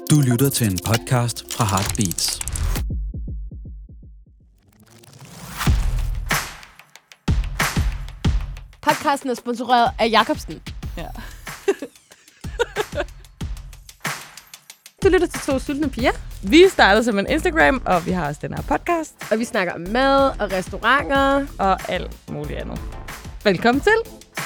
Du lytter til en podcast fra Heartbeats. Podcasten er sponsoreret af Jacobsen. Ja. Du lytter til To Sultne Piger. Vi startede som en Instagram, og vi har også den her podcast. Og vi snakker om mad og restauranter. Og alt muligt andet. Velkommen til.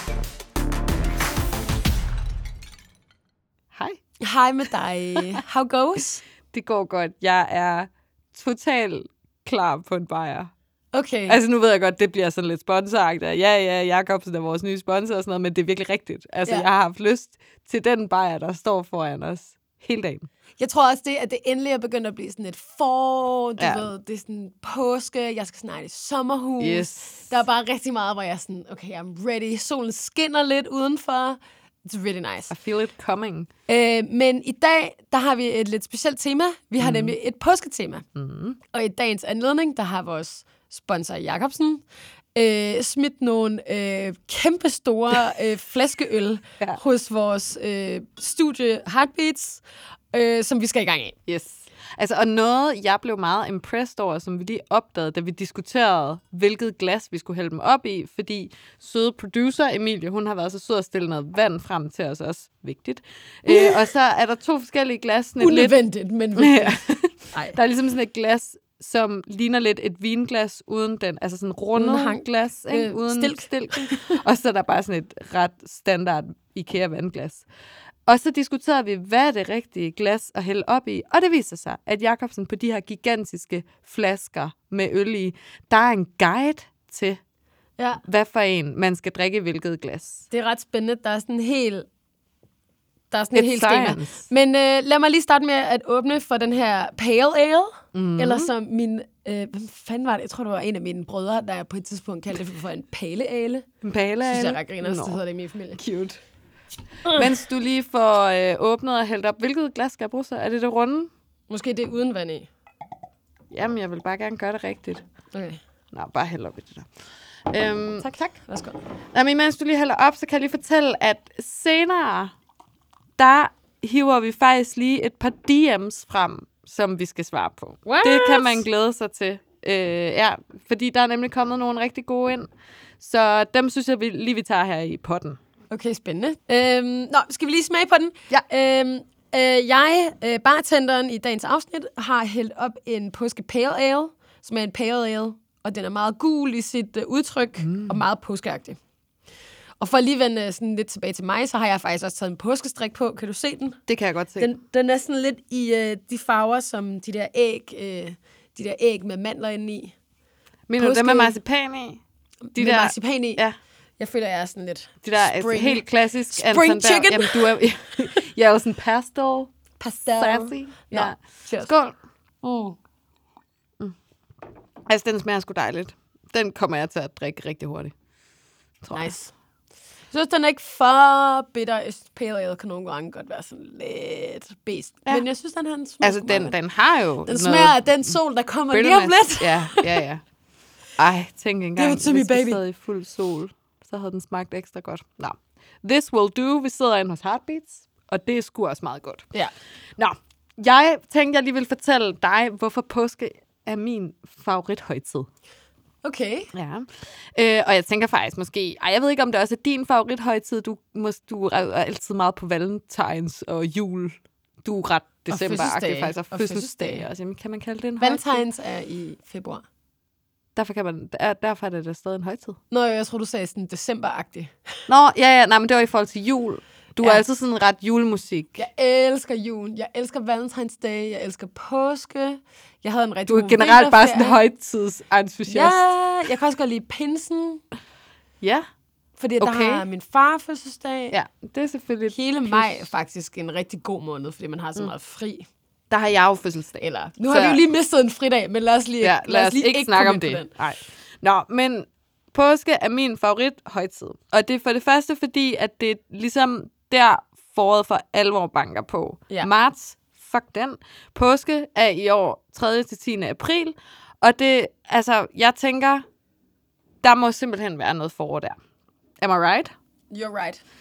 Hej. Hej med dig. How goes? Det går godt. Jeg er totalt klar på en bajer. Okay. Altså nu ved jeg godt, det bliver sådan lidt sponsoragtigt. Ja, Jacobsen er vores nye sponsor og sådan noget, men det er virkelig rigtigt. Altså jeg har haft lyst til den bajer, der står foran os hele dagen. Jeg tror også, at det endelig er begyndt at blive sådan et forår. Du ved, det er sådan påske. Jeg skal snart i sommerhus. Yes. Der er bare rigtig meget, hvor jeg er sådan, okay, I'm ready. Solen skinner lidt udenfor. It's really nice. I feel it coming. Men i dag, der har vi et lidt specielt tema. Vi har nemlig et påsketema. Og i dagens anledning, der har vores sponsor Jacobsen smidt nogle kæmpe store flaskeøl hos vores studie Heartbeats, som vi skal i gang i. Yes. Altså, og noget, jeg blev meget impressed over, som vi lige opdagede, da vi diskuterede, hvilket glas vi skulle hælde dem op i, fordi søde producer Emilie, hun har været så sød at stille noget vand frem til os også. Vigtigt. Og så er der to forskellige glas. Unødvendigt, men vigtigt. Der er ligesom sådan et glas, som ligner lidt et vinglas uden den, altså sådan rundet glas, ikke? Uden stilken. Og så er der bare sådan et ret standard IKEA vandglas. Og så diskuterede vi, hvad er det rigtige glas at hælde op i. Og det viser sig, at Jacobsen på de her gigantiske flasker med øl i, der er en guide til, hvad for en man skal drikke i hvilket glas. Det er ret spændende. Der er sådan et helt schema. Men lad mig lige starte med at åbne for den her Pale Ale. Eller som min... hvad fanden var det? Jeg tror, det var en af mine brødre, der på et tidspunkt kaldte det for en Pale Ale. En Pale Ale? Synes jeg ret griner, så hedder det i min familie. Cute. Mens du lige får åbnet og hældt op, hvilket glas skal jeg bruge så? Er det det runde? Måske det uden vand i. Jamen, jeg vil bare gerne gøre det rigtigt. Okay. Nå, bare hælde op i det der. Tak. Værsgo. Jamen, mens du lige hælder op, så kan jeg lige fortælle, at senere, der hiver vi faktisk lige et par DM's frem, som vi skal svare på. What? Det kan man glæde sig til. Fordi der er nemlig kommet nogle rigtig gode ind. Så dem synes jeg vi tager her i potten. Okay, spændende. Skal vi lige smage på den? Ja. Bartenderen i dagens afsnit har hældt op en påske Pale Ale, som er en Pale Ale, og den er meget gul i sit udtryk, og meget påskeagtig. Og for at lige vende sådan lidt tilbage til mig, så har jeg faktisk også taget en påskestrik på. Kan du se den? Det kan jeg godt se. Den er sådan lidt i de farver, som de der æg med mandler inde i. Mener du dem med marcipan i? Med marcipan i? Ja. Jeg føler, jeg er sådan lidt de der er helt klassisk spring chicken. Jamen, du er jeg er jo sådan pastel. Sassy. Ja. Skål. Altså, den smager sgu dejligt. Den kommer jeg til at drikke rigtig hurtigt. Nice. Jeg synes, den er ikke for bitter. Pale Ale kan nogle gange godt være sådan lidt bedst. Ja. Men jeg synes, den har en smag. Altså, den har jo den smager af den sol, der kommer lige om lidt. Ja. Ej, tænk engang, hvis vi sad i fuld sol, så havde den smagt ekstra godt. Nå. This will do. Vi sidder inde hos Heartbeats, og det er sgu også meget godt. Ja. Nå, jeg tænkte, jeg lige vil fortælle dig, hvorfor påske er min favorithøjtid. Okay. Ja. Og jeg tænker faktisk måske, jeg ved ikke, om det også er din favorithøjtid. Du er altid meget på valentines og jul. Du er ret december-agtig faktisk, og fødselsdag også. Jamen, kan man kalde det en højtid? Valentines er i februar. Derfor er det da stadig en højtid. Nå, jeg tror, du sagde sådan december-agtig. Nå, nej, men det var i forhold til jul. Du er altid sådan ret julemusik. Jeg elsker jul. Jeg elsker Valentine's Day. Jeg elsker påske. Jeg havde en rigtig Du er generelt bare sådan en højtidsentusiast. Ja, jeg kan også godt lide pinsen. Ja. Fordi der har min far fødselsdag. Ja, det er selvfølgelig. Hele maj er faktisk en rigtig god måned, fordi man har så meget fri. Der har jeg jo fødselsdag. Eller, nu har vi jo lige mistet en fridag, men lad os lige ikke snakke om det. Nej. Nå, men påske er min favorithøjtid. Og det er for det første, fordi at det er ligesom der foråret for alvor banker på. Ja. Marts, fuck den. Påske er i år 3. til 10. april. Og det, altså, jeg tænker, der må simpelthen være noget forår der. Am I right? You're right.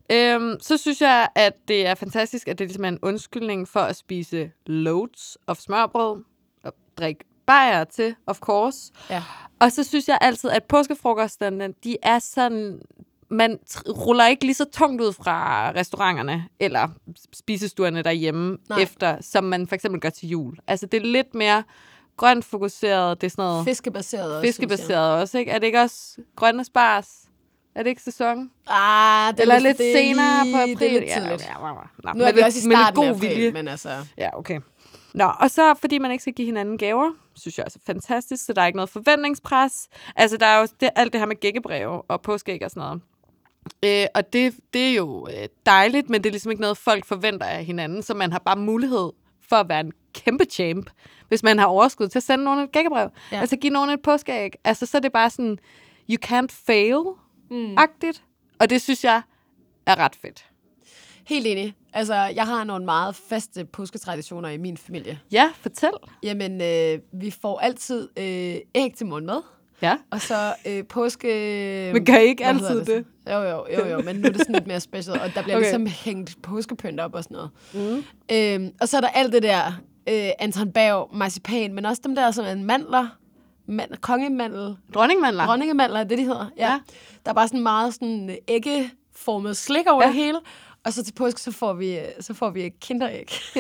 Så synes jeg, at det er fantastisk, at det ligesom er en undskyldning for at spise loads of smørbrød og drikke bajer til, of course. Ja. Og så synes jeg altid, at påskefrokosterne, de er sådan... Man ruller ikke lige så tungt ud fra restauranterne eller spisestuerne derhjemme, efter, som man for eksempel gør til jul. Altså, det er lidt mere grønt fokuseret. Det er sådan noget... Fiskebaseret også, ikke? Er det ikke også grønne spars? Er det ikke sæson? Det er eller lidt senere på april? Det er lidt tidligt. Ja. Nu er vi også i starten af april, men altså... Ja, okay. Nå, og så fordi man ikke skal give hinanden gaver, synes jeg også er fantastisk, så der er ikke noget forventningspres. Altså, der er jo alt det her med gækkebreve og påskeæg og sådan noget. Og det er jo dejligt, men det er ligesom ikke noget, folk forventer af hinanden, så man har bare mulighed for at være en kæmpe champ, hvis man har overskud til at sende nogen et gækkebrev. Ja. Altså give nogen et påskeæg. Altså så er det bare sådan, you can't fail-agtigt. Og det synes jeg er ret fedt. Helt enig. Altså, jeg har nogle meget faste påsketraditioner i min familie. Ja, fortæl. Jamen, vi får altid æg til morgenmad. Ja. Og så påske... Men gør I ikke altid det? Jo, men nu er det sådan lidt mere special, og der bliver ligesom hængt påskepynt op og sådan noget. Og så er der alt det der Anton Berg, marcipan, men også dem der som en mandler, kongemandel. Dronningemandler, det de hedder. Ja. Der er bare sådan meget sådan æggeformet slik over det hele, og så til påske, så får vi kinderæg. Ja.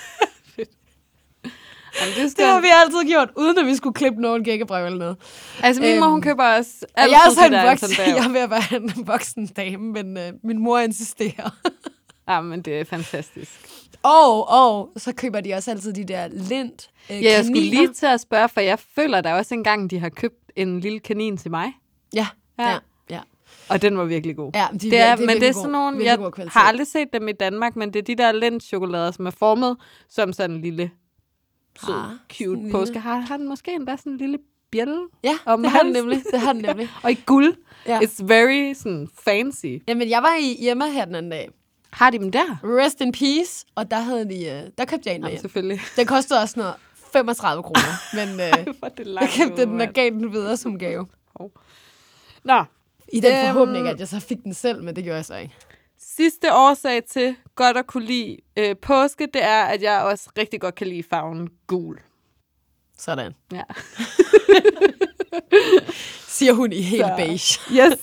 Jamen, det har vi altid gjort, uden at vi skulle klippe nogen gækkebrev eller noget. Altså, min mor, hun køber os altid jeg er ved at være en voksen dame, men min mor insisterer. Jamen, det er fantastisk. Og så køber de også altid de der Lindt kaniner. Jeg skulle lige til at spørge, for jeg føler der også engang, de har købt en lille kanin til mig. Ja. Og den var virkelig god. Ja, det er sådan nogle, jeg har aldrig set dem i Danmark, men det er de der Lindt-chokolader, som er formet som sådan en lille cute påske. Har den måske endda sådan en lille bjælle? Ja, det har den nemlig. Og i guld. Ja. It's very sådan, fancy. Jamen, jeg var i Irma her den anden dag. Har de dem der? Rest in peace. Og der havde der købte jeg en med. Selvfølgelig. Den kostede også noget 35 kroner. Men jeg købte den og gav den videre som gave. Nå. I den forhåbning, at jeg så fik den selv, men det gjorde jeg så ikke. Sidste årsag til godt at kunne lide påske, det er, at jeg også rigtig godt kan lide farven gul. Sådan. Ja. Siger hun i helt beige. Yes.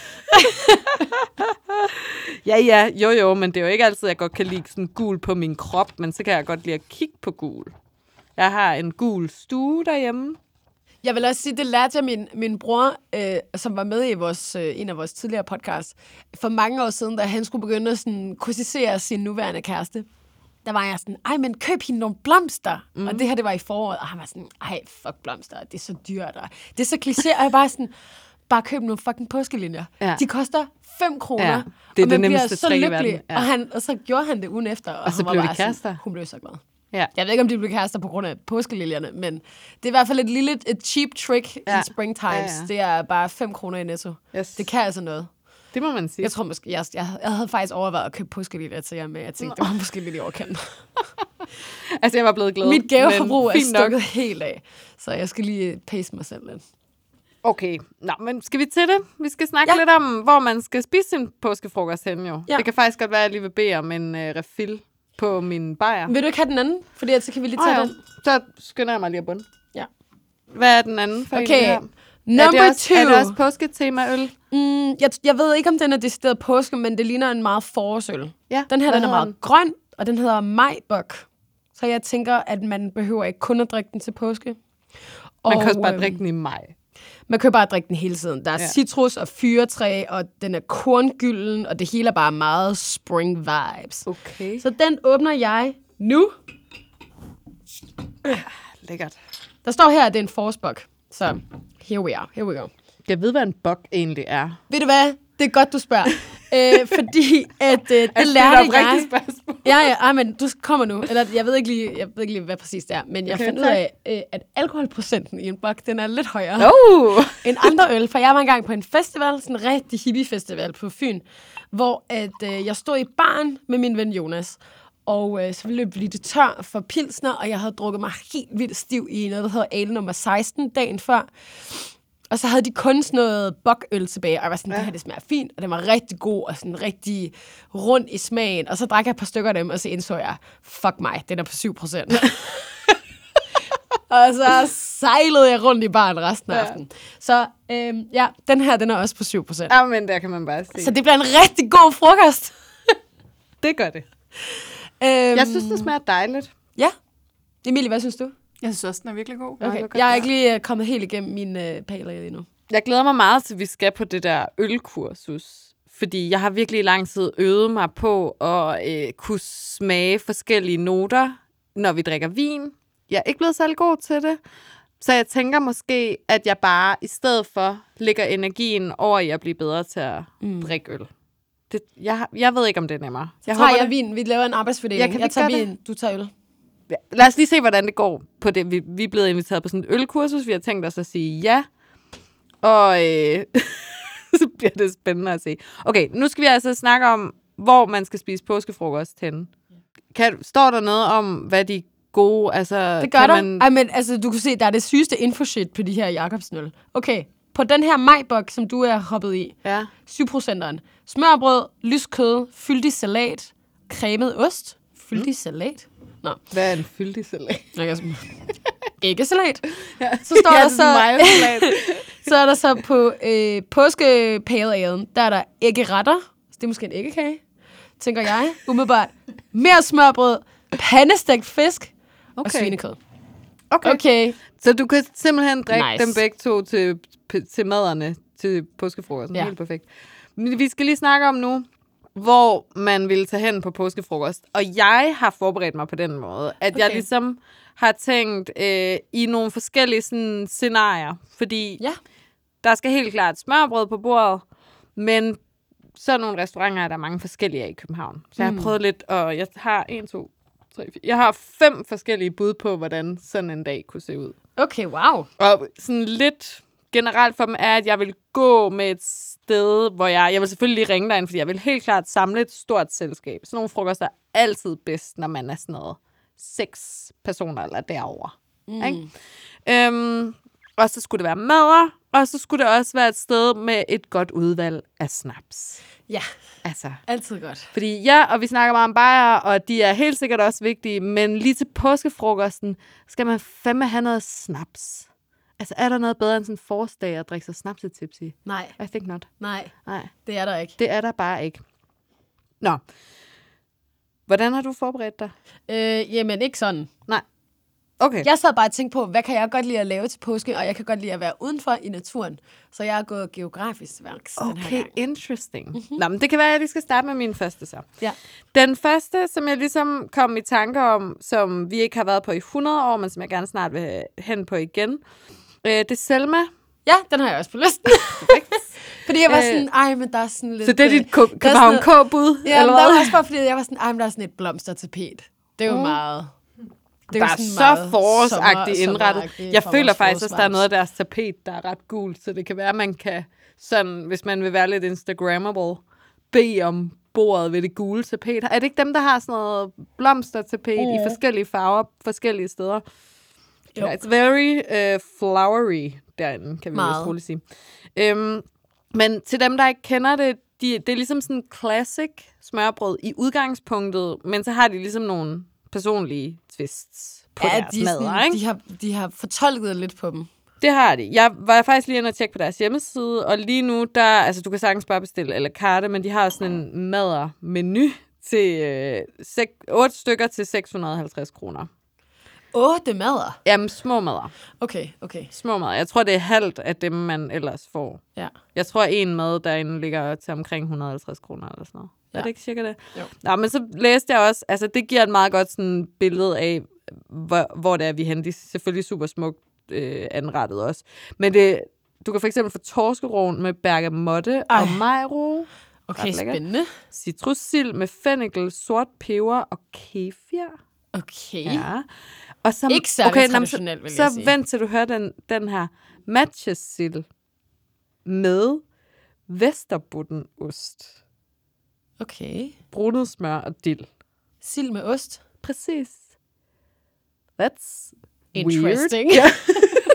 Jo, men det er jo ikke altid, at jeg godt kan lide sådan gul på min krop, men så kan jeg godt lide at kigge på gul. Jeg har en gul stue derhjemme. Jeg vil også sige, det lærte jeg min bror, som var med i en af vores tidligere podcasts, for mange år siden, da han skulle begynde at sådan kursisere sin nuværende kæreste. Der var jeg sådan, men køb hende nogle blomster. Og det her, det var i foråret, og han var sådan, fuck blomster, det er så dyrt. Det er så kliché, og jeg bare sådan, bare køb nogle fucking påskelinjer. Ja. De koster 5 kroner, ja, det er og det nemmeste så lykkelig. Ja. Og så gjorde han det ugen efter, og så blev de kærester. Hun blev så glad. Ja. Jeg ved ikke, om de blev kærester på grund af påskeliljerne, men det er i hvert fald et cheap trick in spring times. Ja. Det er bare 5 kroner i Netto. Yes. Det kan altså noget. Det må man sige. Jeg tror måske, jeg havde faktisk overvejet at købe påskeliljer til jer med. Jeg tænkte, det var måske lidt i overkanten. Altså, jeg var blevet glad. Mit gaveforbrug er stukket helt af, så jeg skal lige pace mig selv lidt. Okay, men skal vi til det? Vi skal snakke lidt om, hvor man skal spise sin påskefrokost hen, jo. Ja. Det kan faktisk godt være, at jeg lige vil bede om en refill på min bajer. Vil du ikke have den anden? Fordi så kan vi lige tage den. Så skynder jeg mig lige at bunde. Ja. Hvad er den anden for okay. Number 2. Er det også påsketema-øl? Jeg ved ikke, om den er decideret påske, men det ligner en meget forårsøl. Ja. Den her, den er meget grøn, og den hedder Majbok. Så jeg tænker, at man behøver ikke kun at drikke den til påske. Man kan også bare drikke den i maj. Man kan bare drikke den hele tiden. Der er citrus og fyretræ, og den er korngylden, og det hele er bare meget spring vibes. Okay. Så den åbner jeg nu. Lækkert. Der står her, at det er en forårsbok. Så here we go. Jeg ved, hvad en bok egentlig er. Ved du hvad? Det er godt, du spørger. Fordi at det lærte jeg. Ja, men du kommer nu. Eller jeg ved ikke lige, hvad præcis det er. Men jeg fandt ud af, at alkoholprocenten i en bok, den er lidt højere end andre øl. For jeg var engang på en festival, sådan en rigtig hippie-festival på Fyn, hvor at jeg stod i baren med min ven Jonas. Og så løb vi lidt tør for pilsner, og jeg havde drukket mig helt vildt stiv i noget, der hedder ale nummer 16 dagen før. Og så havde de kun sådan noget bokøl tilbage, og jeg var sådan, det her, det smager fint, og den var rigtig god, og sådan rigtig rund i smagen. Og så drak jeg et par stykker af dem, og så indså jeg, fuck mig, den er på 7%. Og så sejlede jeg rundt i baren resten af aftenen. Så den her, den er også på 7%. Ja, men der kan man bare se. Så det bliver en rigtig god frokost. Det gør det. Jeg synes, det smager dejligt. Ja. Emilie, hvad synes du? Jeg synes også, den er virkelig god. Okay. Jeg er ikke lige kommet helt igennem mine paler endnu. Jeg glæder mig meget til, at vi skal på det der ølkursus. Fordi jeg har virkelig i lang tid øvet mig på at kunne smage forskellige noter, når vi drikker vin. Jeg er ikke blevet særlig god til det. Så jeg tænker måske, at jeg bare i stedet for lægger energien over i at blive bedre til at drikke øl. Jeg ved ikke, om det er nemmere. Jeg tager vin. Vi laver en arbejdsfordeling. Jeg tager vin, du tager øl. Ja, lad os lige se, hvordan det går på det. Vi er blevet inviteret på sådan et ølkursus. Vi har tænkt os at sige ja. Og så bliver det spændende at se. Okay, nu skal vi altså snakke om, hvor man skal spise påskefrokost henne. Står der noget om, hvad de gode... Altså, det gør der. Men altså, du kan se, der er det sygeste infoshit på de her Jacobsen-øl. Okay, på den her majbok, som du er hoppet i, 7%'eren. Smørbrød, lyst kød, fyldig salat, cremet ost. Fyldig salat? Nå. Hvad er en fyldig salat? Ikke salat. Ja. Så står der så er der så på påskepalealen, der er der æggeretter. Så det er måske en æggekage, tænker jeg. Umiddelbart. Mere smørbrød, pandestegt fisk og svinekød. Okay. Så du kan simpelthen drikke dem begge to til maderne til påskefrokosten. Ja. Helt perfekt. Men vi skal lige snakke om nu, hvor man vil tage hen på påskefrokost. Og jeg har forberedt mig på den måde, at jeg ligesom har tænkt i nogle forskellige sådan, scenarier. Fordi der skal helt klart smørbrød på bordet, men så nogle restauranter, der er mange forskellige af i København. Så jeg har prøvet lidt, og jeg har 1, 2, 3, 4. Jeg har 5 forskellige bud på, hvordan sådan en dag kunne se ud. Okay, wow. Og sådan lidt generelt for dem er, at jeg vil gå med et sted, hvor jeg vil selvfølgelig lige ringe dig ind, fordi jeg vil helt klart samle et stort selskab. Sådan nogle frokoster er altid bedst, når man er sådan noget 6 personer eller derover. Og så skulle det være madder, og så skulle det også være et sted med et godt udvalg af snaps. Ja, altså, altid godt. Fordi og vi snakker meget om bajer, og de er helt sikkert også vigtige, men lige til påskefrokosten skal man fandme have noget snaps. Altså, er der noget bedre end sådan en forårsdag at drikke sig snapsetips i? Nej. I think not. Nej, det er der ikke. Det er der bare ikke. Nå. Hvordan har du forberedt dig? Jamen, ikke sådan. Nej. Okay. Jeg sad bare og tænkte på, hvad kan jeg godt lide at lave til påske, og jeg kan godt lide at være udenfor i naturen. Så jeg har gået geografisk værks den her gang. Okay, interesting. Nå, men det kan være, at vi skal starte med min første så. Ja. Den første, som jeg ligesom kom i tanke om, som vi ikke har været på i 100 år, men som jeg gerne snart vil hen på igen, det er Selma. Ja, den har jeg også på listen. Fordi jeg var sådan, men der er sådan lidt... Så det er dit København K-bud? Ja, men der var også bare, fordi jeg var sådan, men der er sådan et blomstertapet. Det er jo meget... Det er så forårsagtigt indrettet. Jeg føler faktisk, at der er noget af deres tapet, der er ret gult, så det kan være, at man kan, sådan, hvis man vil være lidt instagrammable, bede om bordet ved det gule tapet. Er det ikke dem, der har sådan noget blomstertapet i forskellige farver, forskellige steder? Yeah, it's very flowery derinde, kan vi vist roligt sige. Men til dem, der ikke kender det, det er ligesom sådan en classic smørbrød i udgangspunktet, men så har de ligesom nogle personlige twists på deres madder, ikke? De har fortolket lidt på dem. Det har de. Jeg var faktisk lige inde og tjekke på deres hjemmeside, og lige nu, du kan sagtens bare bestille eller karte, men de har sådan en maddermenu til 8 stykker til 650 kroner. 8 madder? Jamen, små madder. Okay. Små madder. Jeg tror, det er halvt af dem, man ellers får. Ja. Jeg tror, en mad derinde ligger til omkring 150 kroner eller sådan noget. Ja. Er det ikke cirka det? Jo. Nå, men så læste jeg også, altså det giver et meget godt sådan billede af, hvor det er, vi henter. De er selvfølgelig super smukt anrettet også. Men du kan for eksempel få torskeroven med bergamotte og majro. Okay, spændende. Citrussild med fennikel, sort peber og kefir. Okay. Ja. Og så, ikke særlig traditionelt, vil jeg sige. Så vent til du hører den her matjessild med Vesterbuttenost. Okay. Brunet smør og dild. Sild med ost? Præcis. That's interesting. Ja.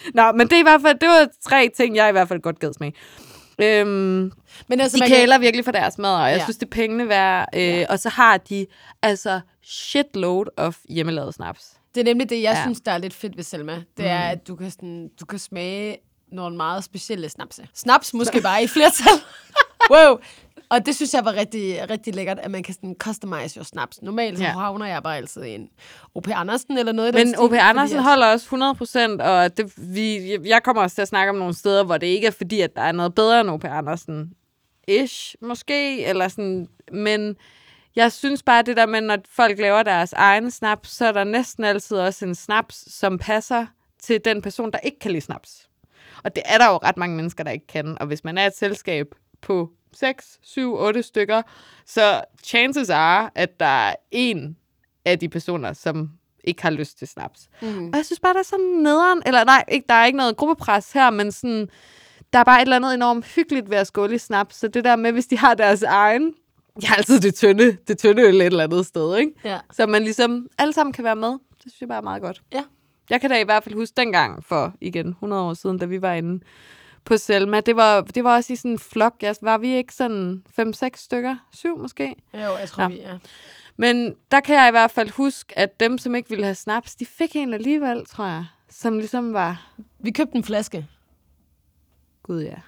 Nå, men det er i hvert fald, det var 3 ting, jeg i hvert fald godt gad smage. Men altså, de kæler virkelig for deres mad, og jeg synes, det er pengene værd. Og så har de altså shitload of hjemmelavet snaps. Det er nemlig det, jeg synes, der er lidt fedt ved Selma. Det er, at du kan smage nogle meget specielle snapse. Snaps måske bare i flertal. Wow. Og det synes jeg var rigtig, rigtig lækkert, at man kan sådan customize your snaps. Normalt så havner jeg bare altid i en O.P. Andersen eller noget. Men O.P. Andersen holder også 100%, og jeg kommer også til at snakke om nogle steder, hvor det ikke er fordi, at der er noget bedre end O.P. Andersen. Måske, eller sådan. Men jeg synes bare, det der med, når folk laver deres egen snaps, så er der næsten altid også en snaps, som passer til den person, der ikke kan lide snaps. Og det er der jo ret mange mennesker, der ikke kan. Og hvis man er et selskab på 6, 7, 8 stykker, så chances are, at der er en af de personer, som ikke har lyst til snaps. Og jeg synes bare, der er sådan nederen, eller nej, der er ikke noget gruppepres her, men sådan, der er bare et eller andet enormt hyggeligt ved at skåle i snaps. Så det der med, hvis de har deres egen, jeg har altid det tynde øl et eller andet sted, ikke? Ja. Så man ligesom alle sammen kan være med. Det synes jeg bare er meget godt. Ja. Jeg kan da i hvert fald huske dengang for, igen, 100 år siden, da vi var inde på Selma. Det var også i sådan en flok. Var vi ikke sådan 5-6 stykker? 7 måske? Jo, jeg tror vi er. Men der kan jeg i hvert fald huske, at dem, som ikke ville have snaps, de fik en alligevel, tror jeg. Som ligesom var... Vi købte en flaske. Gud, ja.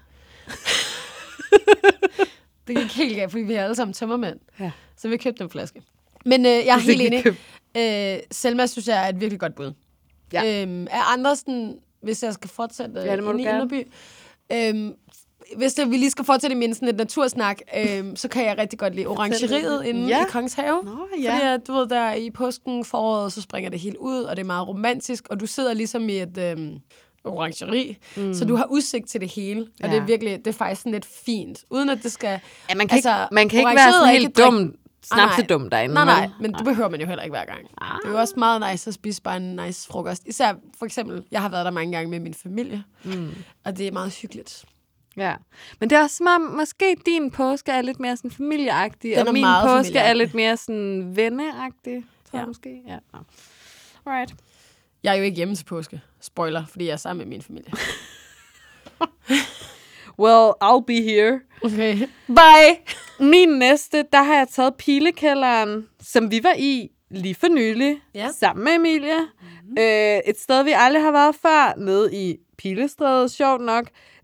Det gik helt galt, fordi vi er alle sammen tømmermænd. Ja. Så vi købte en flaske. Men jeg er helt enig. Selma synes jeg er et virkelig godt bud. Ja. Er andre sådan, hvis jeg skal fortsætte i Inderby, hvis vi lige skal fortsætte med sådan et natursnak, så kan jeg rigtig godt lide orangeriet inde i Kongens Have. Fordi du ved, der i påsken foråret, så springer det helt ud, og det er meget romantisk, og du sidder ligesom i et orangeri, så du har udsigt til det hele, og det er virkelig, det er faktisk sådan lidt fint, uden at det skal... Ja, man kan ikke være sådan helt dum, snapsedum derinde. Nej, men det behøver man jo heller ikke hver gang. Det er jo også meget nice at spise bare en nice frokost. Især for eksempel, jeg har været der mange gange med min familie, og det er meget hyggeligt. Ja, men det er også som om, måske din påske er lidt mere sådan familieagtig, og min påske er lidt mere sådan venneagtig, tror jeg måske. Ja. Alright. Jeg er jo ikke hjemme til påske. Spoiler, fordi jeg er sammen med min familie. Well, I'll be here. Okay. Bye! Min næste, der har jeg taget Pilekælderen, som vi var i lige for nylig, sammen med Emilie. Et sted, vi aldrig har været før, nede i Pilestræde, sjovt nok.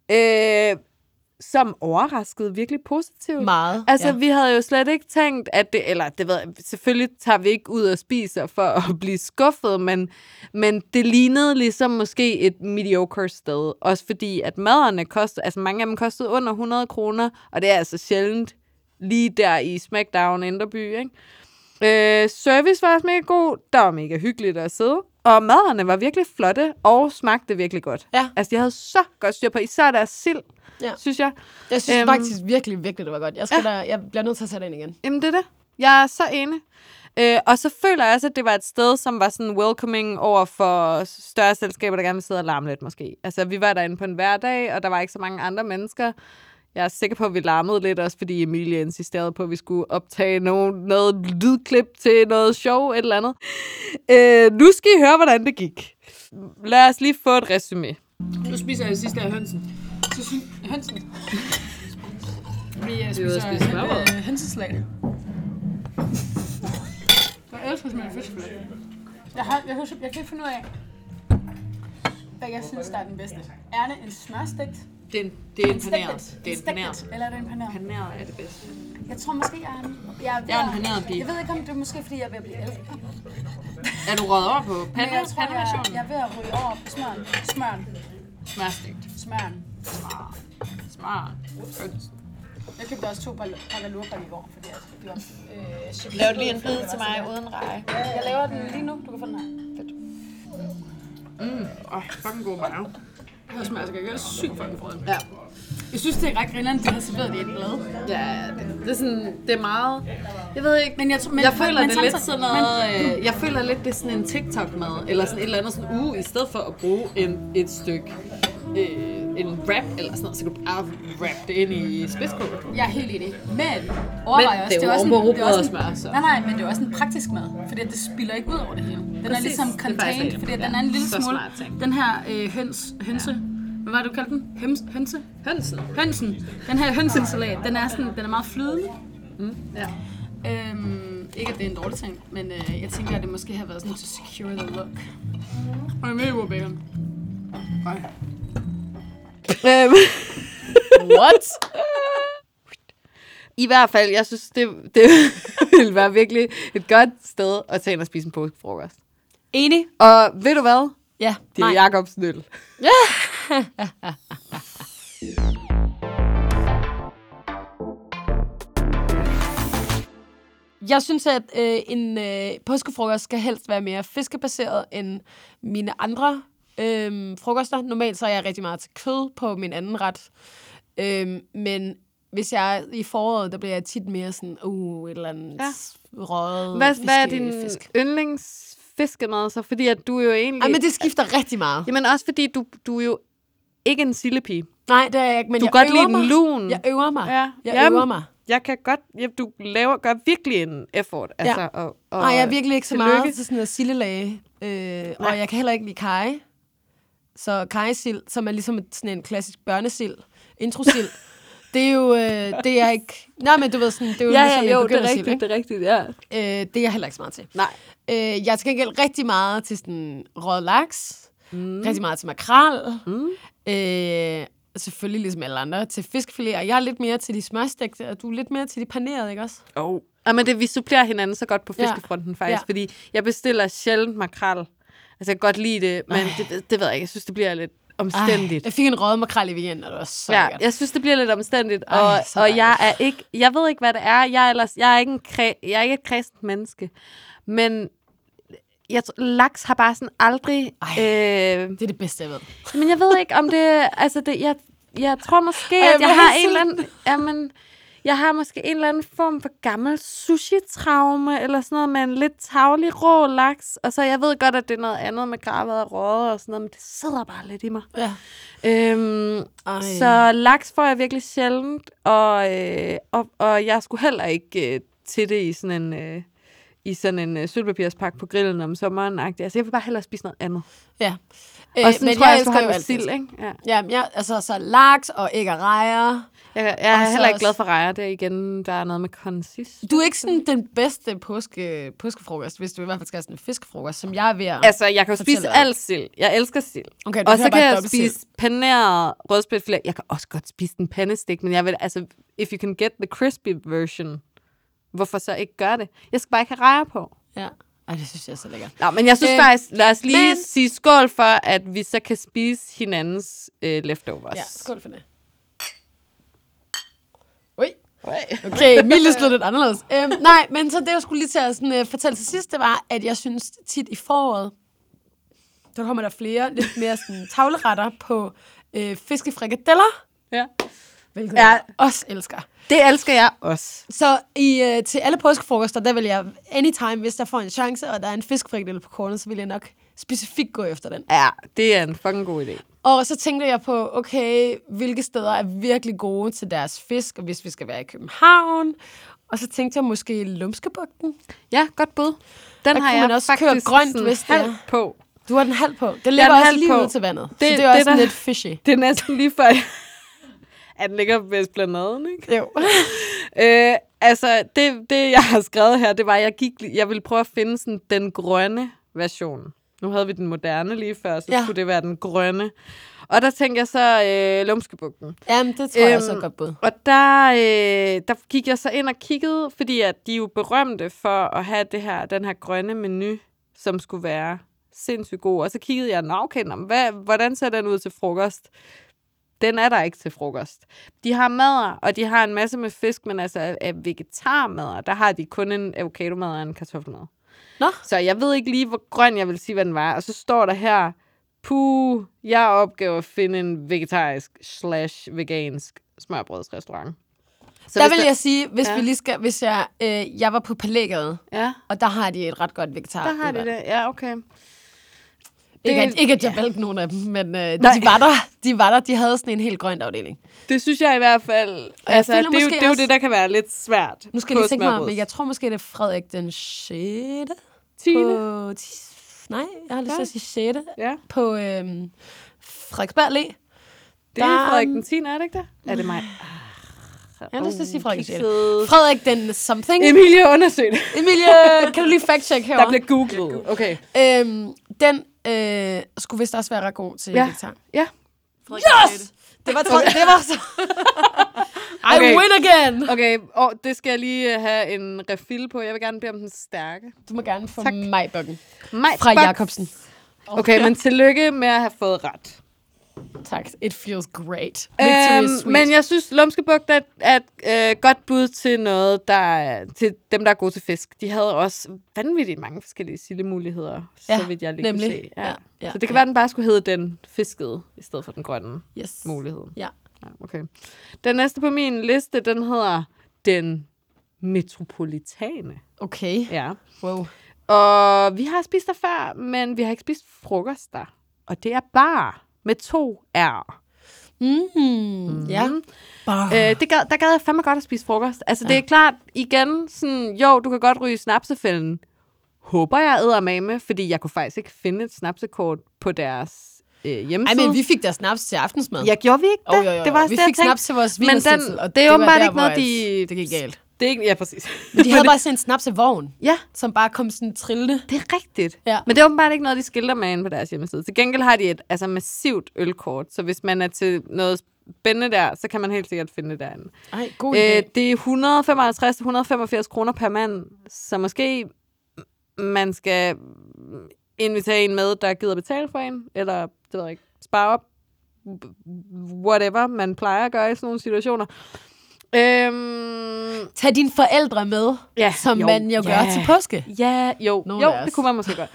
Som overraskede virkelig positivt. Meget. Altså, vi havde jo slet ikke tænkt, at det, eller det ved jeg, selvfølgelig tager vi ikke ud og spiser for at blive skuffet, men det lignede ligesom måske et mediocre sted. Også fordi, at maderne kostede, altså mange af dem kostede under 100 kroner, og det er altså sjældent lige der i Smackdown Inderby, ikke? Service var også mega god, der var mega hyggeligt at sidde. Og maderne var virkelig flotte, og smagte virkelig godt. Ja. Altså, de havde så godt styr på, især deres sild, synes jeg. Jeg synes faktisk virkelig, virkelig, det var godt. Jeg bliver nødt til at tage det ind igen. Jamen, det er det. Jeg er så enig. Og så føler jeg også, at det var et sted, som var sådan welcoming over for større selskaber, der gerne vil sidde og larme lidt, måske. Altså, vi var derinde på en hverdag, og der var ikke så mange andre mennesker. Jeg er sikker på, at vi larmede lidt, også fordi Emilie insisterede på, at vi skulle optage noget lydklip til noget show, et eller andet. Nu skal I høre, hvordan det gik. Lad os lige få et resumé. Nu spiser jeg det sidste af hønsen. Hønsen? Vi spiser hønseslag. Jeg elsker smag fiskefilé. Jeg kan ikke finde ud af, hvad jeg synes, der er den bedste. Er det en smørstegt? Det er en paneret. Det er en paneret. Eller er det en paneret? Paneret er det bedste. Jeg tror måske, jeg er en paneret pige. Jeg ved ikke, om det er måske, fordi jeg er ved at blive ældre. Er du røget over på pandeversionen? Jeg er ved at ryge over på smøren. Smørstegt. Smøren. Smart. Jeg købte også 2 pakker lurker i går, fordi de var Lav lige en bid til mig uden reje. Jeg laver den lige nu. Du kan få den her. Fedt. Fucking god mave. Det smager altså ikke sygt fucking frøden. Ja. Jeg synes, det er ret grineren, de har serveret det i et blad. Ja, det er sådan, det er meget... Jeg ved ikke, men jeg føler det lidt sådan noget... Jeg føler lidt, det er sådan en TikTok-mad, eller sådan et eller andet sådan, i stedet for at bruge et stykke en wrap eller sådan noget, så kan du bare wrap det ind i spidskål. Jeg er helt enig. Men overvej også, det er jo også nej, men det er også en praktisk mad, fordi det spiller ikke ud over det hele. Den er ligesom contained, fordi den er en lille smule. Den her hønse. Hvad var det, du kaldte den? Hønsen. Den her hønsensalat, den er meget flydende. Ja. Ikke at det er en dårlig ting, men jeg tænker, at det måske har været sådan to secure the look. Og jeg med i bacon. Nej. What? I hvert fald, jeg synes, det ville være virkelig et godt sted at tage ind og spise en påskefrokost. Enig. Og ved du hvad? Ja. Det er Jacobs øl. Jeg synes, at en påskefrokost skal helst være mere fiskebaseret end mine andre frokoster. Normalt så er jeg rigtig meget til kød på min anden ret. Men hvis jeg er i foråret, der bliver jeg tit mere sådan, et eller andet røget Hvad er din yndlingsfiskemad så? Fordi at du jo egentlig... Ej, men det skifter rigtig meget. Jamen også fordi du er jo ikke en sillepige. Nej, det er jeg ikke, men du jeg godt øver lide den lun. Jeg øver mig. Ja. Jeg øver mig. Jeg kan godt... du gør virkelig en effort. Altså, Nej, jeg er virkelig ikke så meget til sådan noget sillelag. Og jeg kan heller ikke lide kaj. Så kajesild, som er ligesom sådan en klassisk børnesild, introsild, det er jo, det er ikke... Nej, men du ved sådan, det er jo ligesom en begyndersild, ikke? Det er rigtigt, ja. Det er jeg heller ikke så meget til. Nej. Jeg er til gengæld rigtig meget til sådan rød laks, rigtig meget til makrel, selvfølgelig ligesom alle andre, til fiskefilet, og jeg er lidt mere til de smørstegte, og du er lidt mere til de panerede, ikke også? Men vi supplerer hinanden så godt på fiskefronten faktisk, fordi jeg bestiller sjældent makrel. Altså jeg kan godt lide det, men det ved jeg ikke. Jeg synes, det bliver lidt omstændigt. Jeg fik en rød makrel i weekenden, og det var så godt. Jeg synes, det bliver lidt omstændigt, og jeg ved ikke, hvad det er. Jeg er ikke et kristent menneske, men laks har bare sådan aldrig... det er det bedste, jeg ved. Men jeg ved ikke, om det... Altså, jeg tror måske, at jeg har en eller anden... Jamen, jeg har måske en eller anden form for gammel sushi-traume, eller sådan noget med en lidt tarvelig rå laks. Og så jeg ved godt, at det er noget andet med gravet og røget og sådan noget, men det sidder bare lidt i mig. Ja. Så laks får jeg virkelig sjældent, og jeg skulle heller ikke til det i sådan en sølvpapirspakke på grillen om sommeren. Altså, jeg vil bare hellere spise noget andet. Ja. Og sådan men tror jeg elsker jo altid sild, ikke? Ja, altså så laks og æg og rejer. Jeg er heller ikke glad for rejer. Det er igen, der er noget med konsist. Du er ikke sådan den bedste påskefrokost, hvis du i hvert fald skal have sådan en fiskefrokost, som jeg er ved at Altså, jeg kan jo spise alt sild. Jeg elsker sild. Okay, og så kan jeg spise paneret rødspætfilet. Jeg kan også godt spise en pandestik, men jeg vil, altså, if you can get the crispy version, hvorfor så ikke gøre det? Jeg skal bare ikke have rejer på. Ja. Ej, det synes jeg er så lækkert. Nå, men jeg synes faktisk, lad os lige sige skål for, at vi så kan spise hinandens leftovers. Ja, skål for det. Ui. Okay, Mille slog lidt anderledes. Nej, men så det, jeg skulle lige til at sådan, fortælle til sidst, det var, at jeg synes tit i foråret, der kommer der flere lidt mere sådan, tavleretter på fiskefrikadeller. Ja. Hvilket jeg også elsker. Det elsker jeg også. Så til alle påskefrokoster, der vil jeg anytime, hvis der får en chance, og der er en fiskefrikadelle på kornet, så vil jeg nok specifikt gå efter den. Ja, det er en fucking god idé. Og så tænkte jeg på, okay, hvilke steder er virkelig gode til deres fisk, og hvis vi skal være i København. Og så tænkte jeg måske Lumskebugten. Ja, godt bud. Den har jeg også faktisk køre grønt, hvis halv på. Du har den halv på. Det ligger også lige ud til vandet. Så det er også sådan lidt fishy. Det er næsten lige før, at den ligger ved Esplanaden, ikke? Jo. Altså, det jeg har skrevet her, det var, at jeg ville prøve at finde sådan den grønne version. Nu havde vi den moderne lige før, så skulle det være den grønne. Og der tænkte jeg så Lumskebugten. Jamen, det tror jeg også er godt bud. Og der gik jeg så ind og kiggede, fordi at de er jo berømte for at have den her grønne menu, som skulle være sindssygt god. Og så kiggede jeg, hvordan ser den ud til frokost? Den er der ikke til frokost. De har madder, og de har en masse med fisk, men altså af vegetarmadder, der har de kun en avocadomad og en kartoffelmad. Nå. Så jeg ved ikke lige, hvor grøn jeg vil sige, hvad den var. Og så står der her, jeg opgav at finde en vegetarisk/vegansk smørbrødsrestaurant. Så der vil jeg sige, hvis jeg var på Palægade, og der har de et ret godt vegetar. Der har de det, ja, okay. Ikke at jeg valgte nogen af dem, men de var der. De havde sådan en helt grøn afdeling. Det synes jeg i hvert fald. Altså, det er jo det, der kan være lidt svært. Nu skal jeg lige tænke mig, men jeg tror måske, det er Frederik den 6. 10. Nej, jeg har lyst til at sige 6. Ja. På Frederiksberg Allé. Det er Frederik den 10, er det ikke det? Er det mig? Jeg har lyst til at sige Frederik den 6. Frederik den something. Emilie, undersøg det. Emilie, kan du lige fact-check herovre? Der bliver googlet. Okay. Den skulle vist også være ret god til vegetar. Ja. Yes! Det var så... I win again! Okay, det skal jeg lige have en refill på. Jeg vil gerne bede om den stærke. Du må gerne få Majbokken. Fra Jacobsen. Okay, men tillykke med at have fået ret. Tak. It feels great. Men jeg synes, Lumskebugt er et godt bud til noget, til dem, der er gode til fisk. De havde også vanvittigt mange forskellige sildemuligheder, så vidt jeg lige kunne se. Ja. Så det kan være, at den bare skulle hedde den fiskede, i stedet for den grønne mulighed. Ja. Okay. Den næste på min liste, den hedder den metropolitane. Okay. Ja. Wow. Og vi har spist der før, men vi har ikke spist frokost der. Og det er bar med 2 R. Ja. Der gad jeg fandme godt at spise frokost. Altså, det er klart, igen, sådan, jo, du kan godt ryge snapsefælden. Håber jeg eddermame, fordi jeg kunne faktisk ikke finde et snapsekort på deres hjemmeside. Ej, men vi fik der snaps til aftensmad. Ja, gjorde vi ikke det? Jo. Det var vi fik snaps til vores vinersætsel, og det er åbenbart ikke noget, de... Det gik galt. Det er ikke, ja, præcis. Men de havde bare sådan en snapsevogn, ja, som bare kom sådan trillende. Det er rigtigt. Ja. Men det er åbenbart ikke noget, de skilter med inde på deres hjemmeside. Til gengæld har de et massivt ølkort, så hvis man er til noget spændende der, så kan man helt sikkert finde det derinde. Ej, god idé. Det er 155-185 kroner per mand, så måske man skal invitere en med, der gider betale for en, eller det ved jeg ikke, spare op, whatever man plejer at gøre i sådan nogle situationer. Tag dine forældre med, som man jo gør til påske. Ja, jo, det kunne man måske gøre.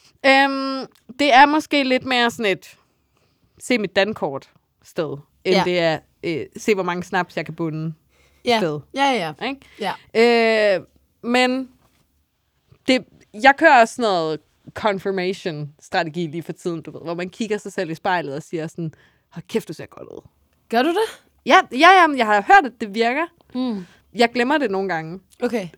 Det er måske lidt mere sådan et se mit dankort sted, end det er se, hvor mange snaps jeg kan bunde sted. Ja. Ikke? Ja. Men jeg kører også sådan noget confirmation-strategi lige for tiden, du ved, hvor man kigger sig selv i spejlet og siger sådan, hold kæft, du ser godt ud. Gør du det? Ja, jeg har hørt, at det virker. Jeg glemmer det nogle gange. Okay.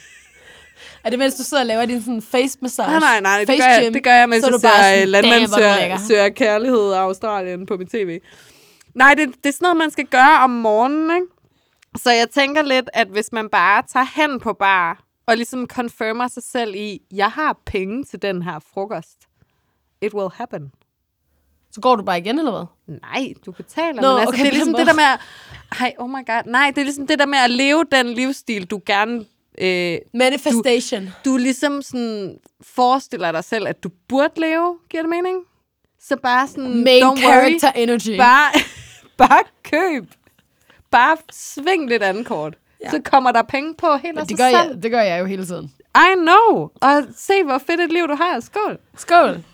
Er det, mens du sidder og laver din sådan face-massage? Nej, det gør jeg, mens jeg ser Landmand søger kærlighed af Australien på min tv. Nej, det er sådan noget, man skal gøre om morgenen, ikke? Så jeg tænker lidt, at hvis man bare tager hen på bar, og ligesom confirmer sig selv i, jeg har penge til den her frokost. It will happen. Så går du bare igen, eller hvad? Nej, du betaler. Men altså, det er ligesom det der med det er ligesom det der med at leve den livsstil, du gerne... Manifestation. Du ligesom sådan forestiller dig selv, at du burde leve. Giver det mening? Så bare sådan... Main character energy. Bare køb. Bare sving lidt andet kort. Ja. Så kommer der penge på helt af sig selv. Det gør jeg jo hele tiden. I know. Og se, hvor fedt et liv du har. Skål. Skål.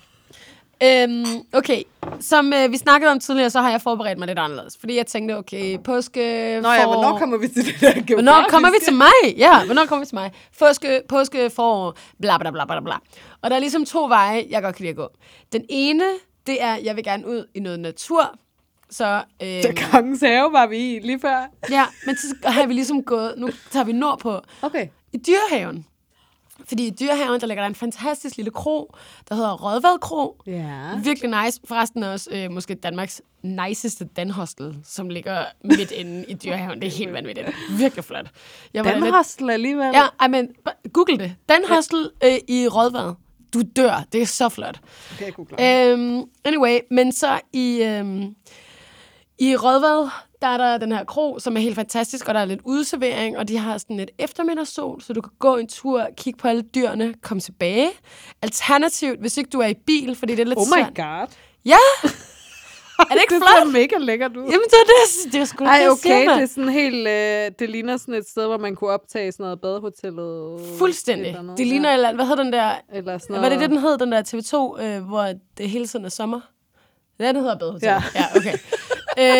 Okay, som vi snakkede om tidligere, så har jeg forberedt mig lidt anderledes. Fordi jeg tænkte, okay, påske... hvornår kommer vi til det der geografiske? Hvornår kommer vi til mig? Ja, hvornår kommer vi til mig? Påske, forår, bla bla bla bla bla. Og der er ligesom 2 veje, jeg godt kan lide at gå. Den ene, det er, jeg vil gerne ud i noget natur. Så Kongens Have var vi i lige før. Ja, men så har vi ligesom gået... Nu tager vi nordpå. Okay. I Dyrehaven. Fordi i Dyrehaven, der ligger der en fantastisk lille kro, der hedder Rødvad Kro. Ja. Virkelig nice. Forresten også måske Danmarks niceste danhostel, som ligger midt inde i Dyrehaven. Det er helt vanvittigt. Virkelig flot. Danhostel alligevel? Ja, men google det. Danhostel i Rødvad. Du dør. Det er så flot. Okay, jeg googler. Anyway, men så i Rødvad, der er der den her kro, som er helt fantastisk, og der er lidt udservering, og de har sådan et eftermiddagssol, så du kan gå en tur, kigge på alle dyrene, komme tilbage. Alternativt, hvis ikke du er i bil, fordi det er lidt svært. Oh my god. Ja! Er det ikke flot? Det ser mega lækkert ud. Jamen, det er sgu da det, okay, det er sådan helt... det ligner sådan et sted, hvor man kunne optage sådan noget badehotellet. Fuldstændig. Det ligner et eller andet. Hvad hedder den der... Eller sådan noget. Hvad er det, den hed, den der TV2, hvor det hele tiden er sommer? Ja, den hedder badehotellet. Ja, okay.